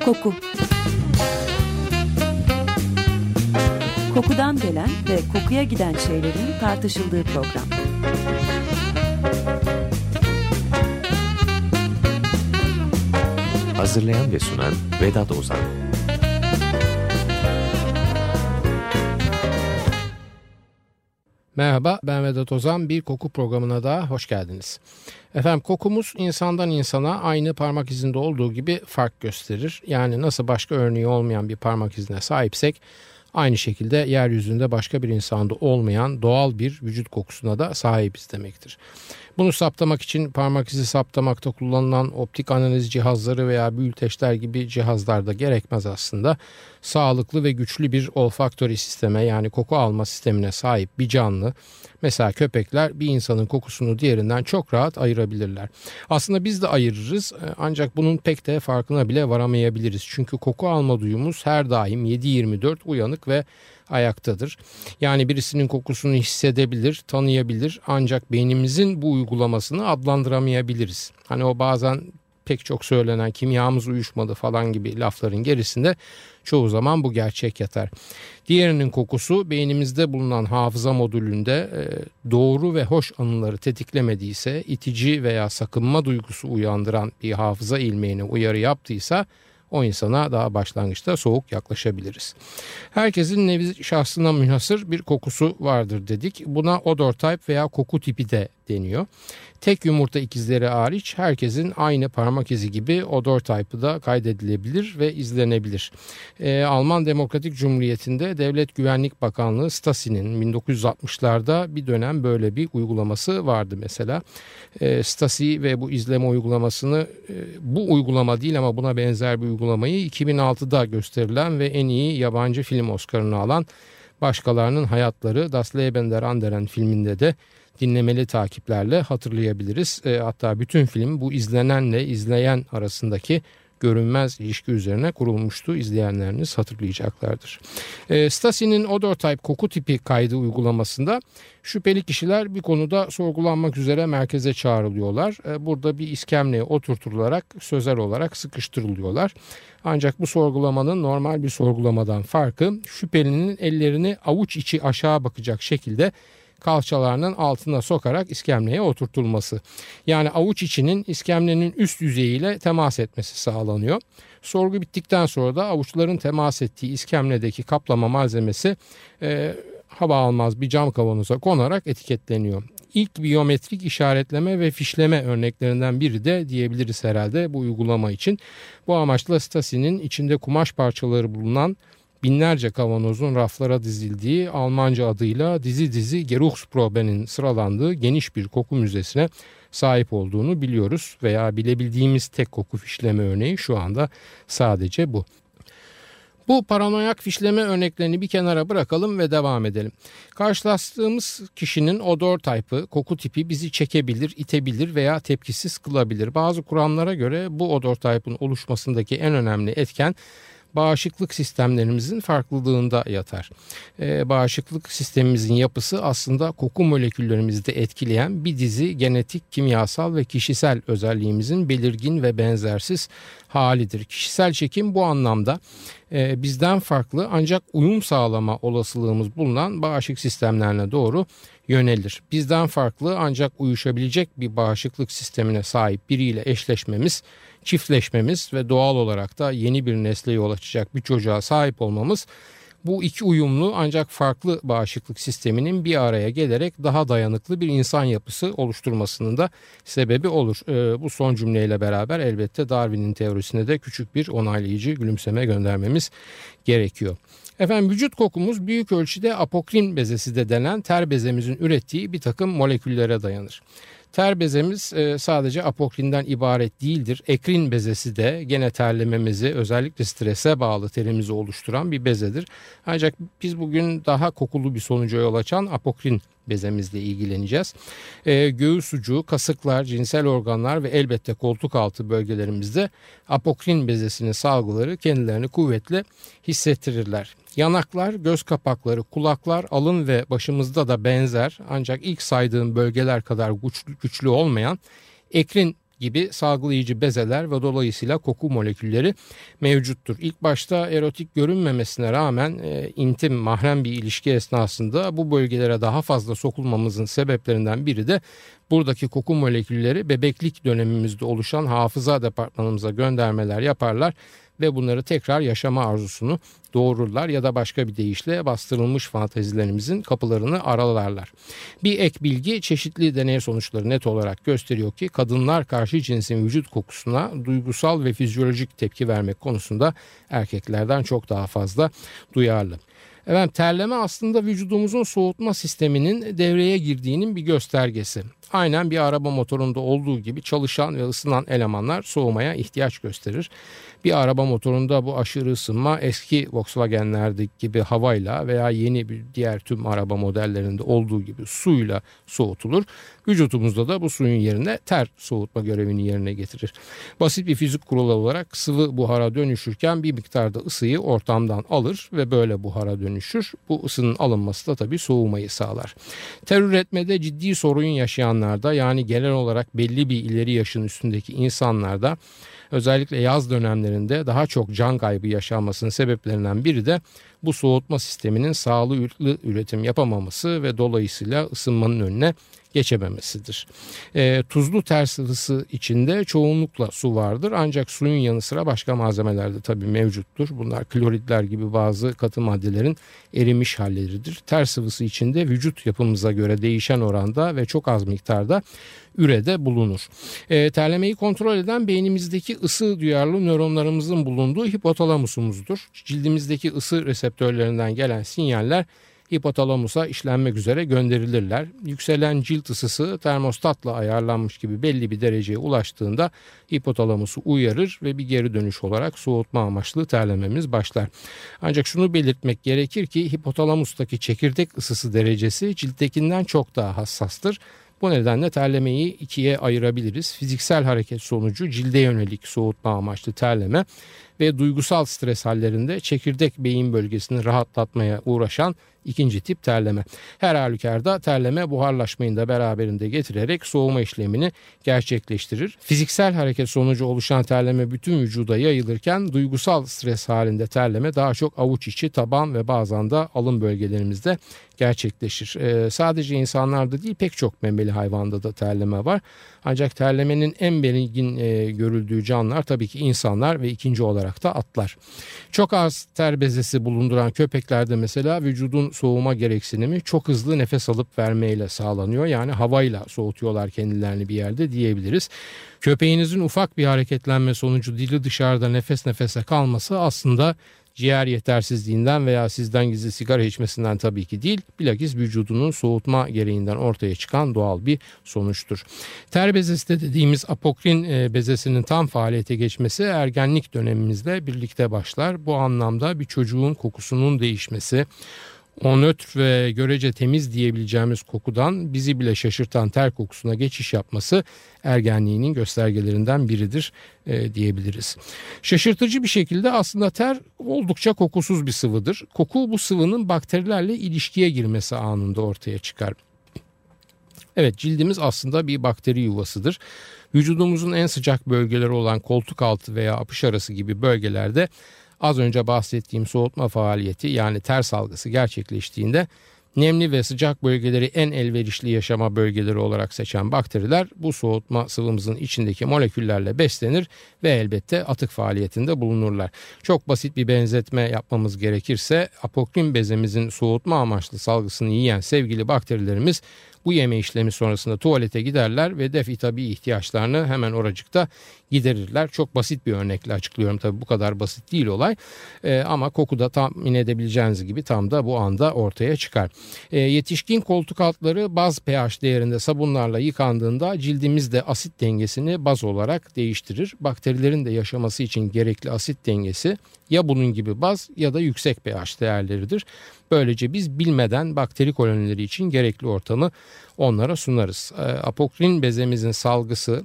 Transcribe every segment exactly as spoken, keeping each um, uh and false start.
Koku. Kokudan gelen ve kokuya giden şeylerin tartışıldığı program. Hazırlayan ve sunan Vedat Ozan. Merhaba, ben Vedat Ozan. Bir koku programına daha hoş geldiniz. Efendim, kokumuz insandan insana aynı parmak izinde olduğu gibi fark gösterir. Yani nasıl başka örneği olmayan bir parmak izine sahipsek, aynı şekilde yeryüzünde başka bir insanda olmayan doğal bir vücut kokusuna da sahibiz demektir. Bunu saptamak için parmak izi saptamakta kullanılan optik analiz cihazları veya büyüteçler gibi cihazlar da gerekmez aslında. Sağlıklı ve güçlü bir olfaktörü sisteme, yani koku alma sistemine sahip bir canlı, mesela köpekler, bir insanın kokusunu diğerinden çok rahat ayırabilirler. Aslında biz de ayırırız, ancak bunun pek de farkına bile varamayabiliriz. Çünkü koku alma duyumuz her daim yedi yirmi dört uyanık ve ayaktadır. Yani birisinin kokusunu hissedebilir, tanıyabilir, ancak beynimizin bu uygulamasını adlandıramayabiliriz. Hani o bazen pek çok söylenen kimyamız uyuşmadı falan gibi lafların gerisinde çoğu zaman bu gerçek yatar. Diğerinin kokusu beynimizde bulunan hafıza modülünde doğru ve hoş anıları tetiklemediyse, itici veya sakınma duygusu uyandıran bir hafıza ilmeğine uyarı yaptıysa o insana daha başlangıçta soğuk yaklaşabiliriz. Herkesin nevi şahsına münhasır bir kokusu vardır dedik. Buna odor type veya koku tipi de deniyor. Tek yumurta ikizleri hariç herkesin aynı parmak izi gibi odor type'ı da kaydedilebilir ve izlenebilir. Ee, Alman Demokratik Cumhuriyeti'nde Devlet Güvenlik Bakanlığı Stasi'nin bin dokuz yüz altmışlarda bir dönem böyle bir uygulaması vardı mesela. Ee, Stasi ve bu izleme uygulamasını, e, bu uygulama değil ama buna benzer bir uygulamayı iki bin altıda gösterilen ve en iyi yabancı film Oscar'ını alan Başkalarının Hayatları Das Leben der Anderen filminde de dinlemeli takiplerle hatırlayabiliriz. E, hatta bütün film bu izlenenle izleyen arasındaki görünmez ilişki üzerine kurulmuştu. İzleyenleriniz hatırlayacaklardır. E, Stasi'nin odor type koku tipi kaydı uygulamasında şüpheli kişiler bir konuda sorgulanmak üzere merkeze çağrılıyorlar. E, burada bir iskemleye oturtularak sözel olarak sıkıştırılıyorlar. Ancak bu sorgulamanın normal bir sorgulamadan farkı, şüphelinin ellerini avuç içi aşağı bakacak şekilde kalçalarının altına sokarak iskemleye oturtulması. Yani avuç içinin iskemlenin üst yüzeyiyle temas etmesi sağlanıyor. Sorgu bittikten sonra da avuçların temas ettiği iskemledeki kaplama malzemesi e, hava almaz bir cam kavanoza konarak etiketleniyor. İlk biyometrik işaretleme ve fişleme örneklerinden biri de diyebiliriz herhalde bu uygulama için. Bu amaçla Stasi'nin içinde kumaş parçaları bulunan binlerce kavanozun raflara dizildiği, Almanca adıyla dizi dizi Geruchsprobe'nin sıralandığı geniş bir koku müzesine sahip olduğunu biliyoruz veya bilebildiğimiz tek koku fişleme örneği şu anda sadece bu. Bu paranoyak fişleme örneklerini bir kenara bırakalım ve devam edelim. Karşılaştığımız kişinin odor type'ı, koku tipi bizi çekebilir, itebilir veya tepkisiz kılabilir. Bazı kuramlara göre bu odor type'ın oluşmasındaki en önemli etken bağışıklık sistemlerimizin farklılığında yatar. Ee, bağışıklık sistemimizin yapısı aslında koku moleküllerimizi de etkileyen bir dizi genetik, kimyasal ve kişisel özelliğimizin belirgin ve benzersiz halidir. Kişisel çekim bu anlamda e, bizden farklı ancak uyum sağlama olasılığımız bulunan bağışıklık sistemlerine doğru yönelir. Bizden farklı ancak uyuşabilecek bir bağışıklık sistemine sahip biriyle eşleşmemiz, çiftleşmemiz ve doğal olarak da yeni bir nesle yol açacak bir çocuğa sahip olmamız, bu iki uyumlu ancak farklı bağışıklık sisteminin bir araya gelerek daha dayanıklı bir insan yapısı oluşturmasının da sebebi olur. Ee, bu son cümleyle beraber elbette Darwin'in teorisine de küçük bir onaylayıcı gülümseme göndermemiz gerekiyor. Efendim, vücut kokumuz büyük ölçüde apokrin bezesi de denen ter bezemizin ürettiği bir takım moleküllere dayanır. Ter bezemiz sadece apokrinden ibaret değildir. Ekrin bezesi de gene terlememizi, özellikle strese bağlı terimizi oluşturan bir bezedir. Ancak biz bugün daha kokulu bir sonuca yol açan apokrin bezemizle ilgileneceğiz. E, göğüs ucu, kasıklar, cinsel organlar ve elbette koltuk altı bölgelerimizde apokrin bezesinin salgıları kendilerini kuvvetli hissettirirler. Yanaklar, göz kapakları, kulaklar, alın ve başımızda da benzer ancak ilk saydığım bölgeler kadar güçlü, güçlü olmayan ekrin gibi salgılayıcı bezeler ve dolayısıyla koku molekülleri mevcuttur. İlk başta erotik görünmemesine rağmen e, intim, mahrem bir ilişki esnasında bu bölgelere daha fazla sokulmamızın sebeplerinden biri de buradaki koku molekülleri bebeklik dönemimizde oluşan hafıza departmanımıza göndermeler yaparlar ve bunları tekrar yaşama arzusunu doğururlar ya da başka bir deyişle bastırılmış fantezilerimizin kapılarını aralarlar. Bir ek bilgi, çeşitli deney sonuçları net olarak gösteriyor ki kadınlar karşı cinsin vücut kokusuna duygusal ve fizyolojik tepki vermek konusunda erkeklerden çok daha fazla duyarlı. Evet, terleme aslında vücudumuzun soğutma sisteminin devreye girdiğinin bir göstergesi. Aynen bir araba motorunda olduğu gibi çalışan ve ısınan elemanlar soğumaya ihtiyaç gösterir. Bir araba motorunda bu aşırı ısınma eski Volkswagen'lerdeki gibi havayla veya yeni bir diğer tüm araba modellerinde olduğu gibi suyla soğutulur. Vücutumuzda da bu suyun yerine ter soğutma görevini yerine getirir. Basit bir fizik kuralı olarak sıvı buhara dönüşürken bir miktarda ısıyı ortamdan alır ve böyle buhara dönüşür. Bu ısının alınması da tabii soğumayı sağlar. Ter üretmede ciddi sorun yaşayanlarda, yani genel olarak belli bir ileri yaşın üstündeki insanlarda özellikle yaz dönemlerinde daha çok can kaybı yaşanmasının sebeplerinden biri de bu soğutma sisteminin sağlıklı üretim yapamaması ve dolayısıyla ısınmanın önüne geçememesidir. E, tuzlu ter sıvısı içinde çoğunlukla su vardır, ancak suyun yanı sıra başka malzemeler de tabii mevcuttur. Bunlar kloritler gibi bazı katı maddelerin erimiş halleridir. Ter sıvısı içinde vücut yapımıza göre değişen oranda ve çok az miktarda ürede bulunur. E, terlemeyi kontrol eden beynimizdeki ısı duyarlı nöronlarımızın bulunduğu hipotalamusumuzdur. Cildimizdeki ısı reseptörlerinden gelen sinyaller hipotalamusa işlenmek üzere gönderilirler. Yükselen cilt ısısı termostatla ayarlanmış gibi belli bir dereceye ulaştığında hipotalamusu uyarır ve bir geri dönüş olarak soğutma amaçlı terlememiz başlar. Ancak şunu belirtmek gerekir ki hipotalamustaki çekirdek ısısı derecesi cilttekinden çok daha hassastır. Bu nedenle terlemeyi ikiye ayırabiliriz. Fiziksel hareket sonucu cilde yönelik soğutma amaçlı terleme ve duygusal stres hallerinde çekirdek beyin bölgesini rahatlatmaya uğraşan ikinci tip terleme. Her halükarda terleme buharlaşmayı da beraberinde getirerek soğuma işlemini gerçekleştirir. Fiziksel hareket sonucu oluşan terleme bütün vücuda yayılırken duygusal stres halinde terleme daha çok avuç içi, taban ve bazen de alın bölgelerimizde gerçekleşir. Ee, sadece insanlarda değil, pek çok memeli hayvanda da terleme var. Ancak terlemenin en belirgin e, görüldüğü canlılar tabii ki insanlar ve ikinci olarak da atlar. Çok az ter bezesi bulunduran köpeklerde mesela vücudun soğuma gereksinimi çok hızlı nefes alıp vermeyle sağlanıyor. Yani havayla soğutuyorlar kendilerini bir yerde diyebiliriz. Köpeğinizin ufak bir hareketlenme sonucu dili dışarıda nefes nefese kalması aslında ciğer yetersizliğinden veya sizden gizli sigara içmesinden tabii ki değil, bilakis vücudunun soğutma gereğinden ortaya çıkan doğal bir sonuçtur. Ter bezesi de dediğimiz apokrin bezesinin tam faaliyete geçmesi ergenlik dönemimizle birlikte başlar. Bu anlamda bir çocuğun kokusunun değişmesi, o nötr ve görece temiz diyebileceğimiz kokudan bizi bile şaşırtan ter kokusuna geçiş yapması ergenliğinin göstergelerinden biridir e, diyebiliriz. Şaşırtıcı bir şekilde aslında ter oldukça kokusuz bir sıvıdır. Koku bu sıvının bakterilerle ilişkiye girmesi anında ortaya çıkar. Evet, cildimiz aslında bir bakteri yuvasıdır. Vücudumuzun en sıcak bölgeleri olan koltuk altı veya apış arası gibi bölgelerde az önce bahsettiğim soğutma faaliyeti, yani ter salgısı gerçekleştiğinde nemli ve sıcak bölgeleri en elverişli yaşama bölgeleri olarak seçen bakteriler bu soğutma sıvımızın içindeki moleküllerle beslenir ve elbette atık faaliyetinde bulunurlar. Çok basit bir benzetme yapmamız gerekirse apokrin bezemizin soğutma amaçlı salgısını yiyen sevgili bakterilerimiz bu yeme işlemi sonrasında tuvalete giderler ve defi tabii ihtiyaçlarını hemen oracıkta giderirler. Çok basit bir örnekle açıklıyorum, tabii bu kadar basit değil olay ee, ama koku da tahmin edebileceğiniz gibi tam da bu anda ortaya çıkar. Ee, yetişkin koltuk altları baz pH değerinde sabunlarla yıkandığında cildimizde asit dengesini baz olarak değiştirir. Bakterilerin de yaşaması için gerekli asit dengesi ya bunun gibi baz ya da yüksek pH değerleridir. Böylece biz bilmeden bakteri kolonileri için gerekli ortamı onlara sunarız. Apokrin bezemizin salgısı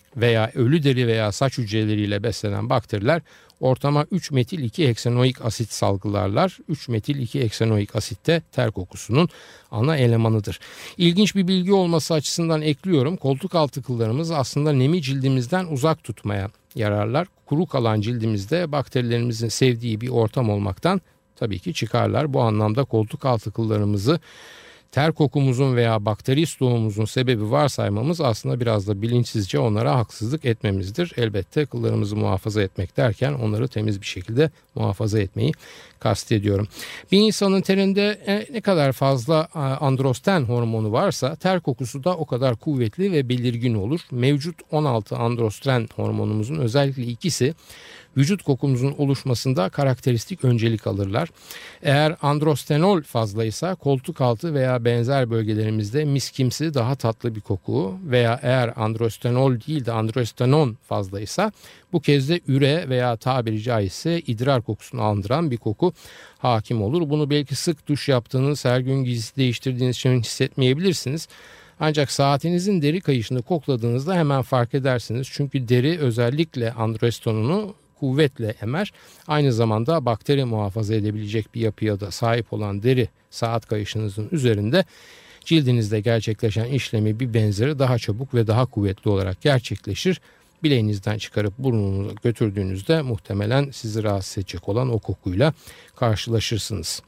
veya ölü deri veya saç hücreleriyle beslenen bakteriler ortama üç metil iki heksanoik asit salgılarlar. üç metil iki heksanoik asit de ter kokusunun ana elemanıdır. İlginç bir bilgi olması açısından ekliyorum. Koltuk altı kıllarımız aslında nemi cildimizden uzak tutmaya yararlar. Kuru kalan cildimizde bakterilerimizin sevdiği bir ortam olmaktan tabii ki çıkarlar. Bu anlamda koltuk altı kıllarımızı ter kokumuzun veya bakteri stoğumuzun sebebi varsaymamız aslında biraz da bilinçsizce onlara haksızlık etmemizdir. Elbette kıllarımızı muhafaza etmek derken onları temiz bir şekilde muhafaza etmeyi kastediyorum. Bir insanın terinde ne kadar fazla androsten hormonu varsa ter kokusu da o kadar kuvvetli ve belirgin olur. Mevcut on altı androsten hormonumuzun özellikle ikisi vücut kokumuzun oluşmasında karakteristik öncelik alırlar. Eğer androstenol fazlaysa koltuk altı veya benzer bölgelerimizde miskimsi daha tatlı bir koku veya eğer androstenol değil de androstenon fazlaysa bu kez de üre veya tabiri caizse idrar kokusunu andıran bir koku hakim olur. Bunu belki sık duş yaptığınız, her gün giysi değiştirdiğiniz için hissetmeyebilirsiniz. Ancak saatinizin deri kayışını kokladığınızda hemen fark edersiniz. Çünkü deri özellikle androstenonu kuvvetle emer. Aynı zamanda bakteri muhafaza edebilecek bir yapıya da sahip olan deri saat kayışınızın üzerinde cildinizde gerçekleşen işlemi bir benzeri daha çabuk ve daha kuvvetli olarak gerçekleşir. Bileğinizden çıkarıp burnunuza götürdüğünüzde muhtemelen sizi rahatsız edecek olan o kokuyla karşılaşırsınız.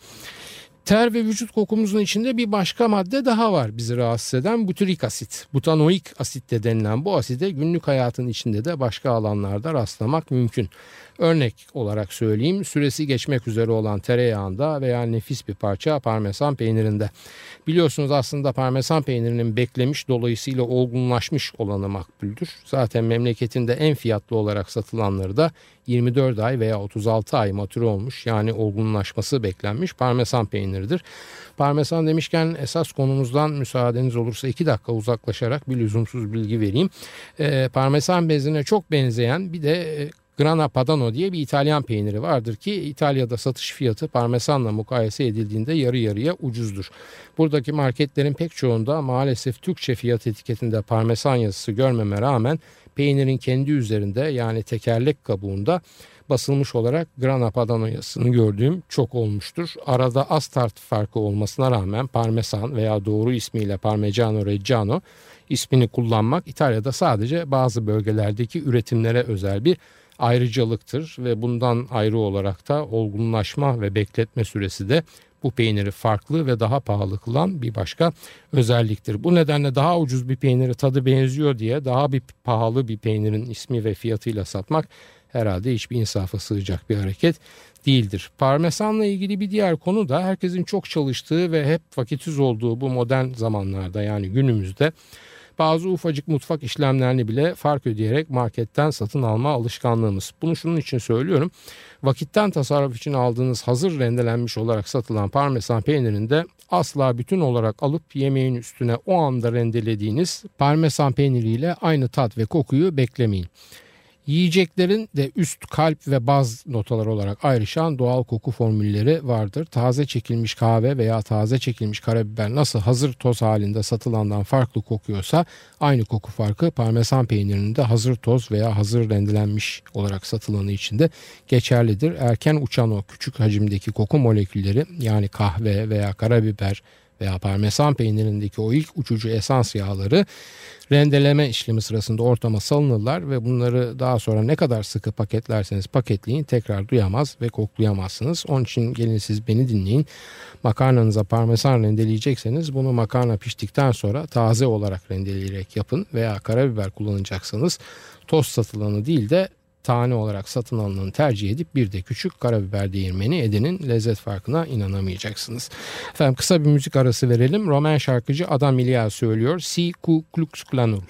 Ter ve vücut kokumuzun içinde bir başka madde daha var bizi rahatsız eden, butyrik asit. Butanoik asit de denilen bu aside günlük hayatın içinde de başka alanlarda rastlamak mümkün. Örnek olarak söyleyeyim, süresi geçmek üzere olan tereyağında veya nefis bir parça parmesan peynirinde. Biliyorsunuz aslında parmesan peynirinin beklemiş, dolayısıyla olgunlaşmış olanı makbuldür. Zaten memleketinde en fiyatlı olarak satılanları da yirmi dört ay veya otuz altı ay matüre olmuş, yani olgunlaşması beklenmiş parmesan peyniridir. Parmesan demişken esas konumuzdan müsaadeniz olursa iki dakika uzaklaşarak bir lüzumsuz bilgi vereyim. Ee, parmesan bezine çok benzeyen bir de e, Grana Padano diye bir İtalyan peyniri vardır ki İtalya'da satış fiyatı parmesanla mukayese edildiğinde yarı yarıya ucuzdur. Buradaki marketlerin pek çoğunda maalesef Türkçe fiyat etiketinde parmesan yazısı görmeme rağmen peynirin kendi üzerinde, yani tekerlek kabuğunda basılmış olarak Grana Padano yazısını gördüğüm çok olmuştur. Arada az tart farkı olmasına rağmen parmesan veya doğru ismiyle Parmigiano Reggiano ismini kullanmak İtalya'da sadece bazı bölgelerdeki üretimlere özel bir ayrıcalıktır ve bundan ayrı olarak da olgunlaşma ve bekletme süresi de bu peyniri farklı ve daha pahalı kılan bir başka özelliktir. Bu nedenle daha ucuz bir peyniri tadı benziyor diye daha bir pahalı bir peynirin ismi ve fiyatıyla satmak herhalde hiçbir insafa sığacak bir hareket değildir. Parmesanla ilgili bir diğer konu da herkesin çok çalıştığı ve hep vakitsiz olduğu bu modern zamanlarda, yani günümüzde bazı ufacık mutfak işlemlerini bile fark ödeyerek marketten satın alma alışkanlığımız. Bunu şunun için söylüyorum. Vakitten tasarruf için aldığınız hazır rendelenmiş olarak satılan parmesan peynirinde asla bütün olarak alıp yemeğin üstüne o anda rendelediğiniz parmesan peyniriyle aynı tat ve kokuyu beklemeyin. Yiyeceklerin de üst, kalp ve baz notalar olarak ayrışan doğal koku formülleri vardır. Taze çekilmiş kahve veya taze çekilmiş karabiber nasıl hazır toz halinde satılandan farklı kokuyorsa aynı koku farkı parmesan peynirinin de hazır toz veya hazır rendelenmiş olarak satılanı için de geçerlidir. Erken uçan o küçük hacimdeki koku molekülleri, yani kahve veya karabiber veya parmesan peynirindeki o ilk uçucu esans yağları rendeleme işlemi sırasında ortama salınırlar ve bunları daha sonra ne kadar sıkı paketlerseniz paketleyin tekrar duyamaz ve koklayamazsınız. Onun için gelin siz beni dinleyin. Makarnanıza parmesan rendeleyecekseniz bunu makarna piştikten sonra taze olarak rendeleyerek yapın veya karabiber kullanacaksanız toz satılanı değil de tane olarak satın alınanı tercih edip bir de küçük karabiber değirmeni edinin, lezzet farkına inanamayacaksınız. Efendim kısa bir müzik arası verelim. Roman şarkıcı Adam Iliad söylüyor. Si Ku Klux Klanul.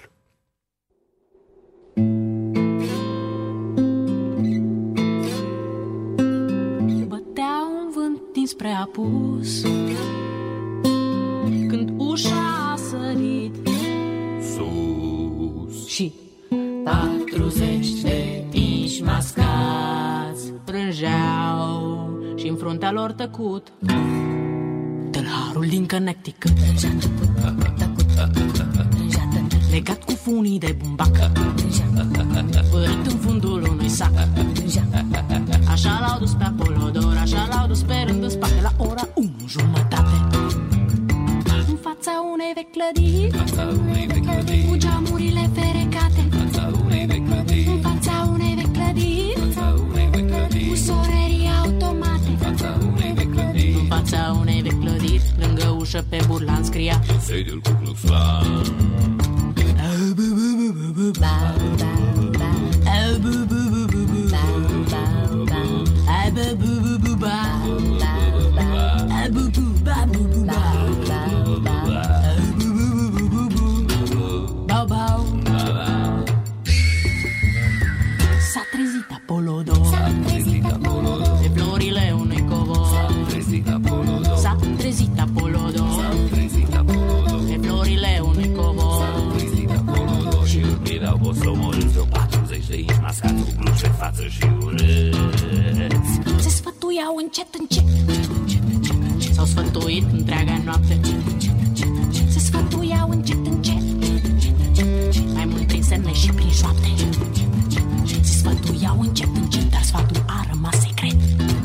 Bătea un vânt dinspre apus când ușa a sărit sus și patruzeci de inși mascați prânjeau și în fruntea lor tăcut tâlharul din Connecticut. legat cu funii de bumbac, părât în fundul unui sac. Așa l-au dus pe Apolodor, așa l-au dus pe rând în spate la ora unu jumătate. În fața unei vechi clădiri, cu geamurile ferecate. În fața unei vechi clădiri, cu sorerii automate. În fața unei vechi clădiri, lângă ușă pe burlan scria sediul Ku Klux Klan. S-a trezit Apolodor, pe florile unui covor. S-a trezit Apolodor, pe florile unui covor. Și erau bosomorâți vreo patruzeci de inși mascați cu blugi pe față și urâți. Se sfătuiau încet, încet, s-au sfătuit întreaga noapte. Se sfătuiau încet, încet, mai mult prin semne și prin șoapte. Se sfătuiau încet, încet, dar sfatul a rămas secret.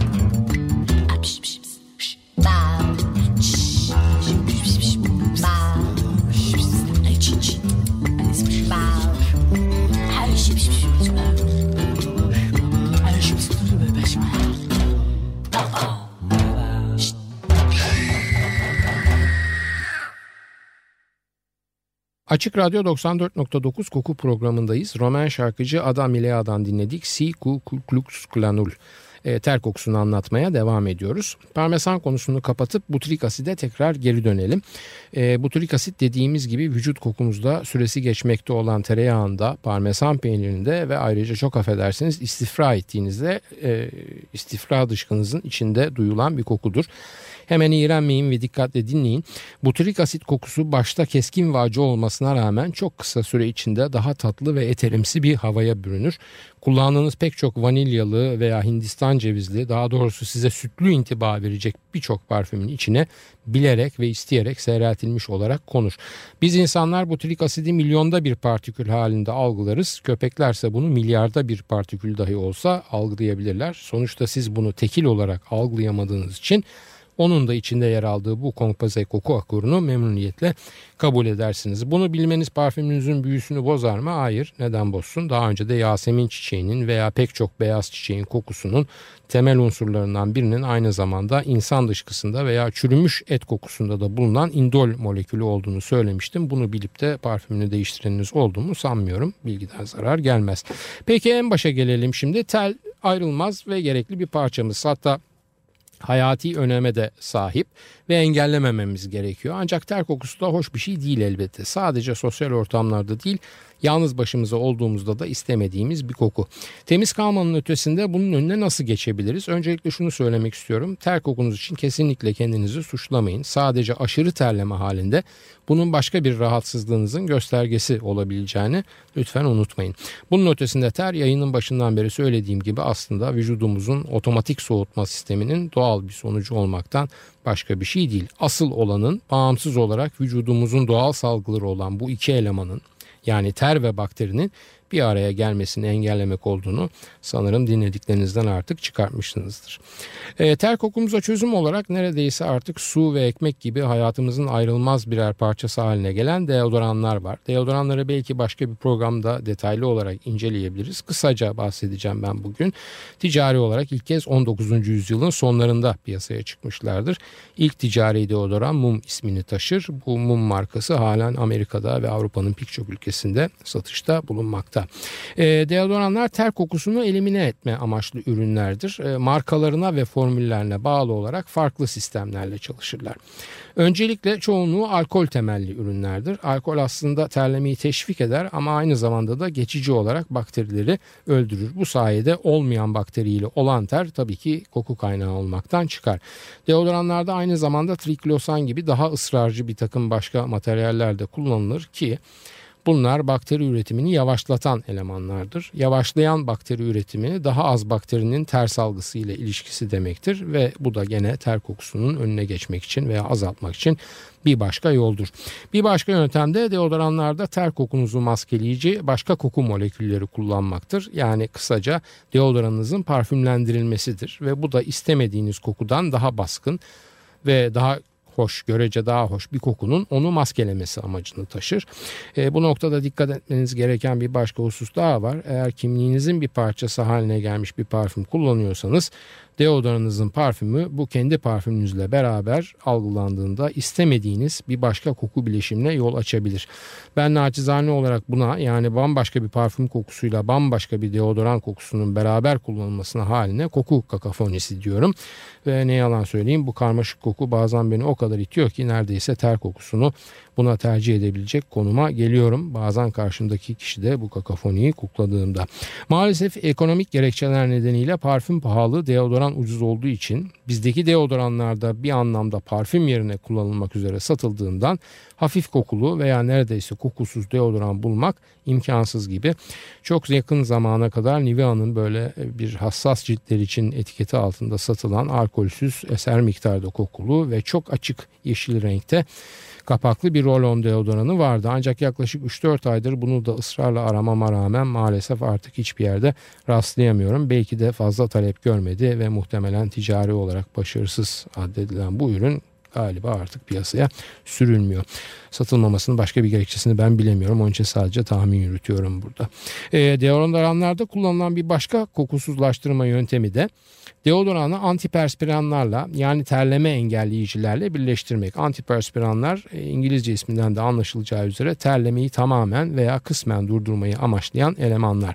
Açık Radyo doksan dört nokta dokuz Koku programındayız. Roman şarkıcı Ada Milea'dan dinledik. Si Ku Klux Klanul. E, ter kokusunu anlatmaya devam ediyoruz. Parmesan konusunu kapatıp butyrik aside tekrar geri dönelim. E, butyrik asit dediğimiz gibi vücut kokumuzda süresi geçmekte olan tereyağında, parmesan peynirinde ve ayrıca çok affedersiniz istifra ettiğinizde e, istifra dışkınızın içinde duyulan bir kokudur. Hemen iğrenmeyin ve dikkatle dinleyin. Butyrik asit kokusu başta keskin ve acı olmasına rağmen çok kısa süre içinde daha tatlı ve eterimsi bir havaya bürünür. Kullandığınız pek çok vanilyalı veya Hindistan cevizli, daha doğrusu size sütlü intiba verecek birçok parfümün içine bilerek ve isteyerek seyreltilmiş olarak konur. Biz insanlar butyrik asidi milyonda bir partikül halinde algılarız. Köpeklerse bunu milyarda bir partikül dahi olsa algılayabilirler. Sonuçta siz bunu tekil olarak algılayamadığınız için onun da içinde yer aldığı bu kompoze koku akorunu memnuniyetle kabul edersiniz. Bunu bilmeniz parfümünüzün büyüsünü bozar mı? Hayır. Neden bozsun? Daha önce de Yasemin çiçeğinin veya pek çok beyaz çiçeğin kokusunun temel unsurlarından birinin aynı zamanda insan dışkısında veya çürümüş et kokusunda da bulunan indol molekülü olduğunu söylemiştim. Bunu bilip de parfümünü değiştireniniz oldu mu sanmıyorum. Bilgiden zarar gelmez. Peki en başa gelelim şimdi. Tel ayrılmaz ve gerekli bir parçamız. Hatta hayati öneme de sahip ve engellemememiz gerekiyor. Ancak ter kokusu da hoş bir şey değil elbette. Sadece sosyal ortamlarda değil, yalnız başımıza olduğumuzda da istemediğimiz bir koku. Temiz kalmanın ötesinde bunun önüne nasıl geçebiliriz? Öncelikle şunu söylemek istiyorum. Ter kokunuz için kesinlikle kendinizi suçlamayın. Sadece aşırı terleme halinde bunun başka bir rahatsızlığınızın göstergesi olabileceğini lütfen unutmayın. Bunun ötesinde ter, yayının başından beri söylediğim gibi aslında vücudumuzun otomatik soğutma sisteminin doğal bir sonucu olmaktan başka bir şey değil. Asıl olanın bağımsız olarak vücudumuzun doğal salgıları olan bu iki elemanın, yani ter ve bakterinin bir araya gelmesini engellemek olduğunu sanırım dinlediklerinizden artık çıkartmışsınızdır. E, ter kokumuza çözüm olarak neredeyse artık su ve ekmek gibi hayatımızın ayrılmaz birer parçası haline gelen deodoranlar var. Deodoranları belki başka bir programda detaylı olarak inceleyebiliriz. Kısaca bahsedeceğim ben bugün. Ticari olarak ilk kez on dokuzuncu yüzyılın sonlarında piyasaya çıkmışlardır. İlk ticari deodoran Mum ismini taşır. Bu Mum markası halen Amerika'da ve Avrupa'nın pek çok ülkesinde satışta bulunmakta. E, deodoranlar ter kokusunu elimine etme amaçlı ürünlerdir. E, markalarına ve formüllerine bağlı olarak farklı sistemlerle çalışırlar. Öncelikle çoğunluğu alkol temelli ürünlerdir. Alkol aslında terlemeyi teşvik eder ama aynı zamanda da geçici olarak bakterileri öldürür. Bu sayede olmayan bakteriyle olan ter tabii ki koku kaynağı olmaktan çıkar. Deodoranlarda aynı zamanda triklosan gibi daha ısrarcı bir takım başka materyaller de kullanılır ki Bunlar bakteri üretimini yavaşlatan elemanlardır. Yavaşlayan bakteri üretimi daha az bakterinin ter salgısı ile ilişkisi demektir ve bu da gene ter kokusunun önüne geçmek için veya azaltmak için bir başka yoldur. Bir başka yöntem de deodoranlarda ter kokunuzu maskeleyici başka koku molekülleri kullanmaktır. Yani kısaca deodoranınızın parfümlendirilmesidir ve bu da istemediğiniz kokudan daha baskın ve daha hoş, görece daha hoş bir kokunun onu maskelemesi amacını taşır. E, bu noktada dikkat etmeniz gereken bir başka husus daha var. Eğer kimliğinizin bir parçası haline gelmiş bir parfüm kullanıyorsanız deodoranınızın parfümü bu kendi parfümünüzle beraber algılandığında istemediğiniz bir başka koku bileşimine yol açabilir. Ben naçizane olarak buna, yani bambaşka bir parfüm kokusuyla bambaşka bir deodoran kokusunun beraber kullanılmasına haline koku kakafonisi diyorum. Ve ne yalan söyleyeyim, bu karmaşık koku bazen beni o kadar itiyor ki neredeyse ter kokusunu buna tercih edebilecek konuma geliyorum. Bazen karşımdaki kişi de bu kakafoniyi kokladığımda. Maalesef ekonomik gerekçeler nedeniyle parfüm pahalı, deodoran ucuz olduğu için bizdeki deodoranlarda bir anlamda parfüm yerine kullanılmak üzere satıldığından hafif kokulu veya neredeyse kokusuz deodoran bulmak imkansız gibi. Çok yakın zamana kadar Nivea'nın böyle bir hassas ciltler için etiketi altında satılan alkolsüz, eser miktarda kokulu ve çok açık yeşil renkte kapaklı bir roll-on deodoranı vardı. Ancak yaklaşık üç dört aydır bunu da ısrarla aramama rağmen maalesef artık hiçbir yerde rastlayamıyorum. Belki de fazla talep görmedi ve muhtemelen ticari olarak başarısız addedilen bu ürün galiba artık piyasaya sürülmüyor. Satılmamasının başka bir gerekçesini ben bilemiyorum. Onun için sadece tahmin yürütüyorum burada. E, deodoranlarda kullanılan bir başka kokusuzlaştırma yöntemi de deodoranı antiperspiranlarla, yani terleme engelleyicilerle birleştirmek. Antiperspiranlar İngilizce isminden de anlaşılacağı üzere terlemeyi tamamen veya kısmen durdurmayı amaçlayan elemanlar.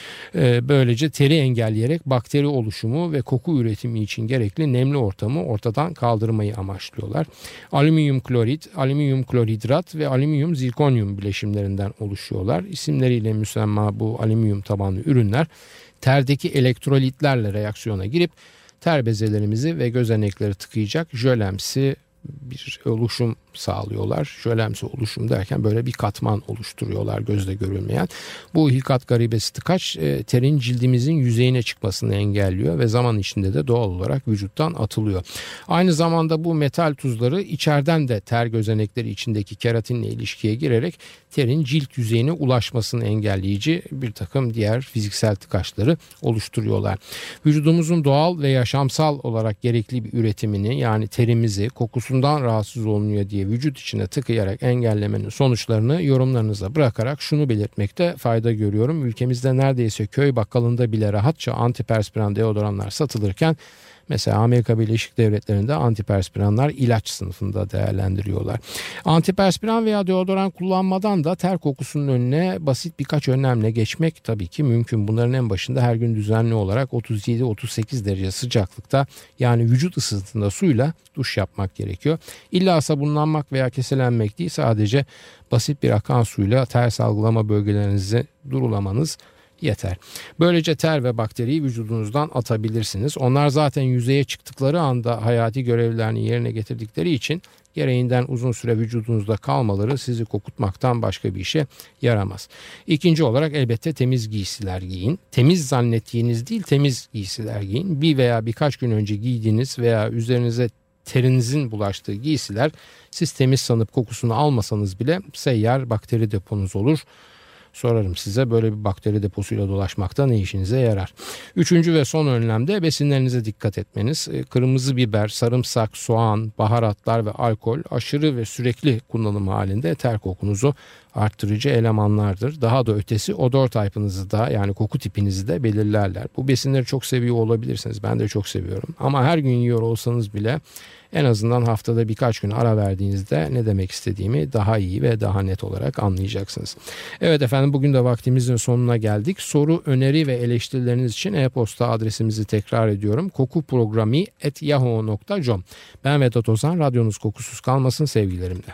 Böylece teri engelleyerek bakteri oluşumu ve koku üretimi için gerekli nemli ortamı ortadan kaldırmayı amaçlıyorlar. Alüminyum klorit, alüminyum klorhidrat ve alüminyum zirkonyum bileşimlerinden oluşuyorlar. İsimleriyle müsemma bu alüminyum tabanlı ürünler terdeki elektrolitlerle reaksiyona girip ter bezelerimizi ve gözenekleri tıkayacak jölemsi bir oluşum sağlıyorlar. Jölemsi oluşum derken böyle bir katman oluşturuyorlar gözle görülmeyen. Bu hikat garibesi tıkaç e, terin cildimizin yüzeyine çıkmasını engelliyor ve zaman içinde de doğal olarak vücuttan atılıyor. Aynı zamanda bu metal tuzları içeriden de ter gözenekleri içindeki keratinle ilişkiye girerek terin cilt yüzeyine ulaşmasını engelleyici bir takım diğer fiziksel tıkaçları oluşturuyorlar. Vücudumuzun doğal ve yaşamsal olarak gerekli bir üretimini, yani terimizi kokusundan rahatsız olunuyor diye vücut içine tıkayarak engellemenin sonuçlarını yorumlarınıza bırakarak şunu belirtmekte fayda görüyorum. Ülkemizde neredeyse köy bakkalında bile rahatça antiperspiran deodoranlar satılırken mesela Amerika Birleşik Devletleri'nde antiperspiranlar ilaç sınıfında değerlendiriyorlar. Antiperspiran veya deodoran kullanmadan da ter kokusunun önüne basit birkaç önlemle geçmek tabii ki mümkün. Bunların en başında her gün düzenli olarak otuz yedi otuz sekiz derece sıcaklıkta, yani vücut ısısında suyla duş yapmak gerekiyor. İlla sabunlanmak veya keselenmek değil, sadece basit bir akan suyla ter salgılama bölgelerinizi durulamanız yeter. Böylece ter ve bakteriyi vücudunuzdan atabilirsiniz. Onlar zaten yüzeye çıktıkları anda hayati görevlerini yerine getirdikleri için gereğinden uzun süre vücudunuzda kalmaları sizi kokutmaktan başka bir işe yaramaz. İkinci olarak elbette temiz giysiler giyin. Temiz zannettiğiniz değil, temiz giysiler giyin. Bir veya birkaç gün önce giydiğiniz veya üzerinize terinizin bulaştığı giysiler siz temiz sanıp kokusunu almasanız bile seyyar bakteri deponuz olur. Sorarım size, böyle bir bakteri deposuyla dolaşmakta ne işinize yarar? Üçüncü ve son önlemde besinlerinize dikkat etmeniz. Kırmızı biber, sarımsak, soğan, baharatlar ve alkol aşırı ve sürekli kullanım halinde ter kokunuzu arttırıcı elemanlardır. Daha da ötesi odor type'ınızı da, yani koku tipinizi de belirlerler. Bu besinleri çok seviyor olabilirsiniz. Ben de çok seviyorum. Ama her gün yiyor olsanız bile en azından haftada birkaç gün ara verdiğinizde ne demek istediğimi daha iyi ve daha net olarak anlayacaksınız. Evet efendim, bugün de vaktimizin sonuna geldik. Soru, öneri ve eleştirileriniz için e-posta adresimizi tekrar ediyorum. kokuprogrami at yahoo nokta com. Ben Vedat Ozan, radyonuz kokusuz kalmasın sevgilerimle.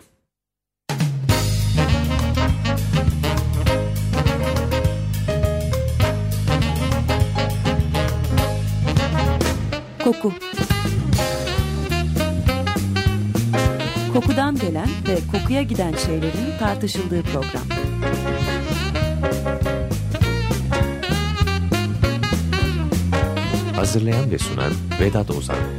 Koku. Kokudan gelen ve kokuya giden şeylerin tartışıldığı program. Hazırlayan ve sunan Vedat Ozan.